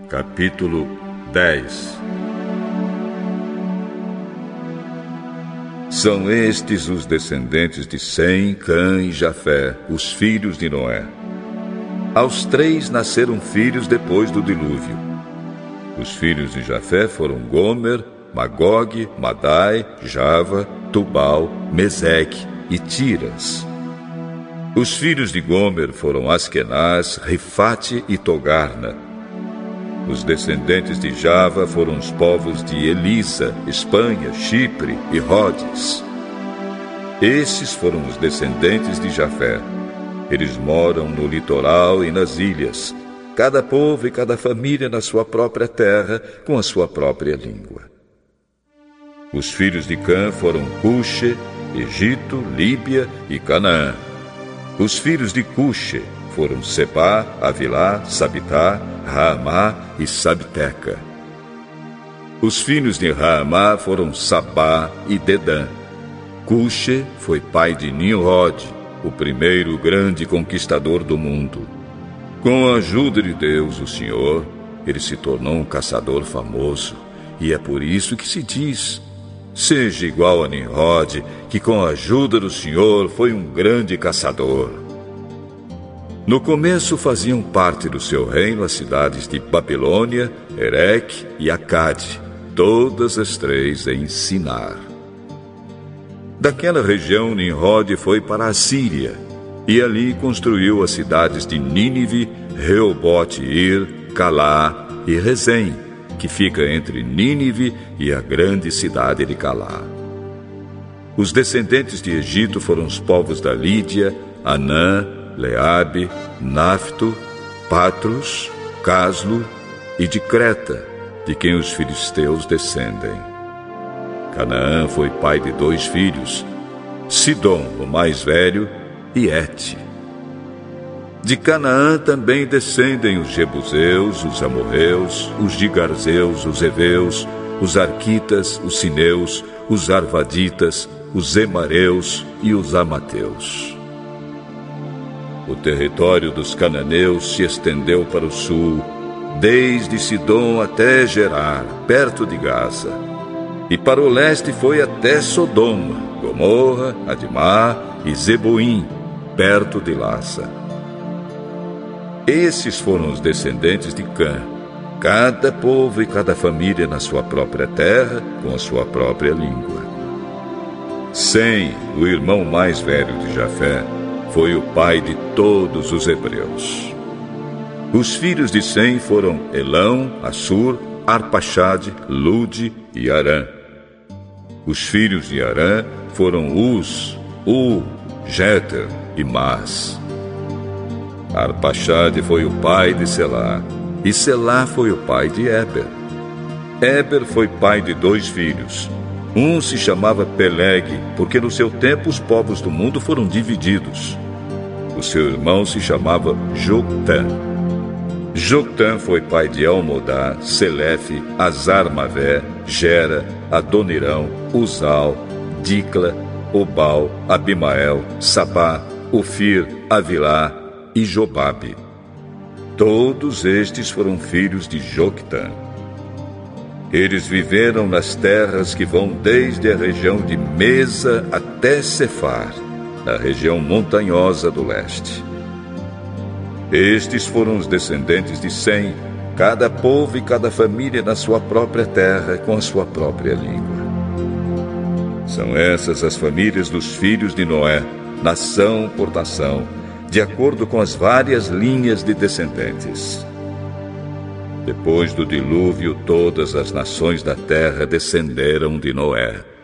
Capítulo 10. São estes os descendentes de Sem, Cã e Jafé, os filhos de Noé. Aos 3 nasceram filhos depois do dilúvio. Os filhos de Jafé foram Gomer, Magog, Madai, Java, Tubal, Meseque e Tiras. Os filhos de Gomer foram Askenaz, Rifate e Togarna. Os descendentes de Java foram os povos de Elisa, Espanha, Chipre e Rhodes. Esses foram os descendentes de Jafé. Eles moram no litoral e nas ilhas, cada povo e cada família na sua própria terra, com a sua própria língua. Os filhos de Cã foram Cuxe, Egito, Líbia e Canaã. Os filhos de Cuxe foram Sebá, Avilá, Sabitá, Raamá e Sabteca. Os filhos de Raamá foram Sabá e Dedã. Cuxe foi pai de Nimrod, o primeiro grande conquistador do mundo. Com a ajuda de Deus, o Senhor, ele se tornou um caçador famoso, e é por isso que se diz: seja igual a Nimrod, que com a ajuda do Senhor foi um grande caçador. No começo faziam parte do seu reino as cidades de Babilônia, Ereque e Acade, todas as 3 em Sinar. Daquela região, Nimrod foi para a Síria, e ali construiu as cidades de Nínive, Reobote-ir, Calá e Rezém, que fica entre Nínive e a grande cidade de Calá. Os descendentes de Egito foram os povos da Lídia, Anã, Leabe, Nafto, Patros, Caslo e de Creta, de quem os filisteus descendem. Canaã foi pai de 2 filhos, Sidom, o mais velho, e Hete. De Canaã também descendem os Jebuseus, os Amorreus, os Gigarzeus, os Eveus, os Arquitas, os Sineus, os Arvaditas, os Emareus e os Amateus. O território dos cananeus se estendeu para o sul, desde Sidom até Gerar, perto de Gaza. E para o leste foi até Sodoma, Gomorra, Admá e Zeboim, perto de Lasa. Esses foram os descendentes de Cã, cada povo e cada família na sua própria terra, com a sua própria língua. Sem, o irmão mais velho de Jafé, foi o pai de todos os hebreus. Os filhos de Sem foram Elão, Assur, Arpaxade, Lude e Arã. Os filhos de Arã foram Uz, Jeter e Mas. Arpaxade foi o pai de Selá, e Selá foi o pai de Éber. Éber foi pai de 2 filhos. Um se chamava Peleg, porque no seu tempo os povos do mundo foram divididos. O seu irmão se chamava Joctã. Joctã foi pai de Almodá, Selefe, Azarmavé, Gera, Adonirão, Uzal, Dicla, Obal, Abimael, Sabá, Ofir, Avilá e Jobabe. Todos estes foram filhos de Joctã. Eles viveram nas terras que vão desde a região de Mesa até Cefar, na região montanhosa do leste. Estes foram os descendentes de Sem, cada povo e cada família na sua própria terra, com a sua própria língua. São essas as famílias dos filhos de Noé, nação por nação, de acordo com as várias linhas de descendentes. Depois do dilúvio, todas as nações da terra descenderam de Noé.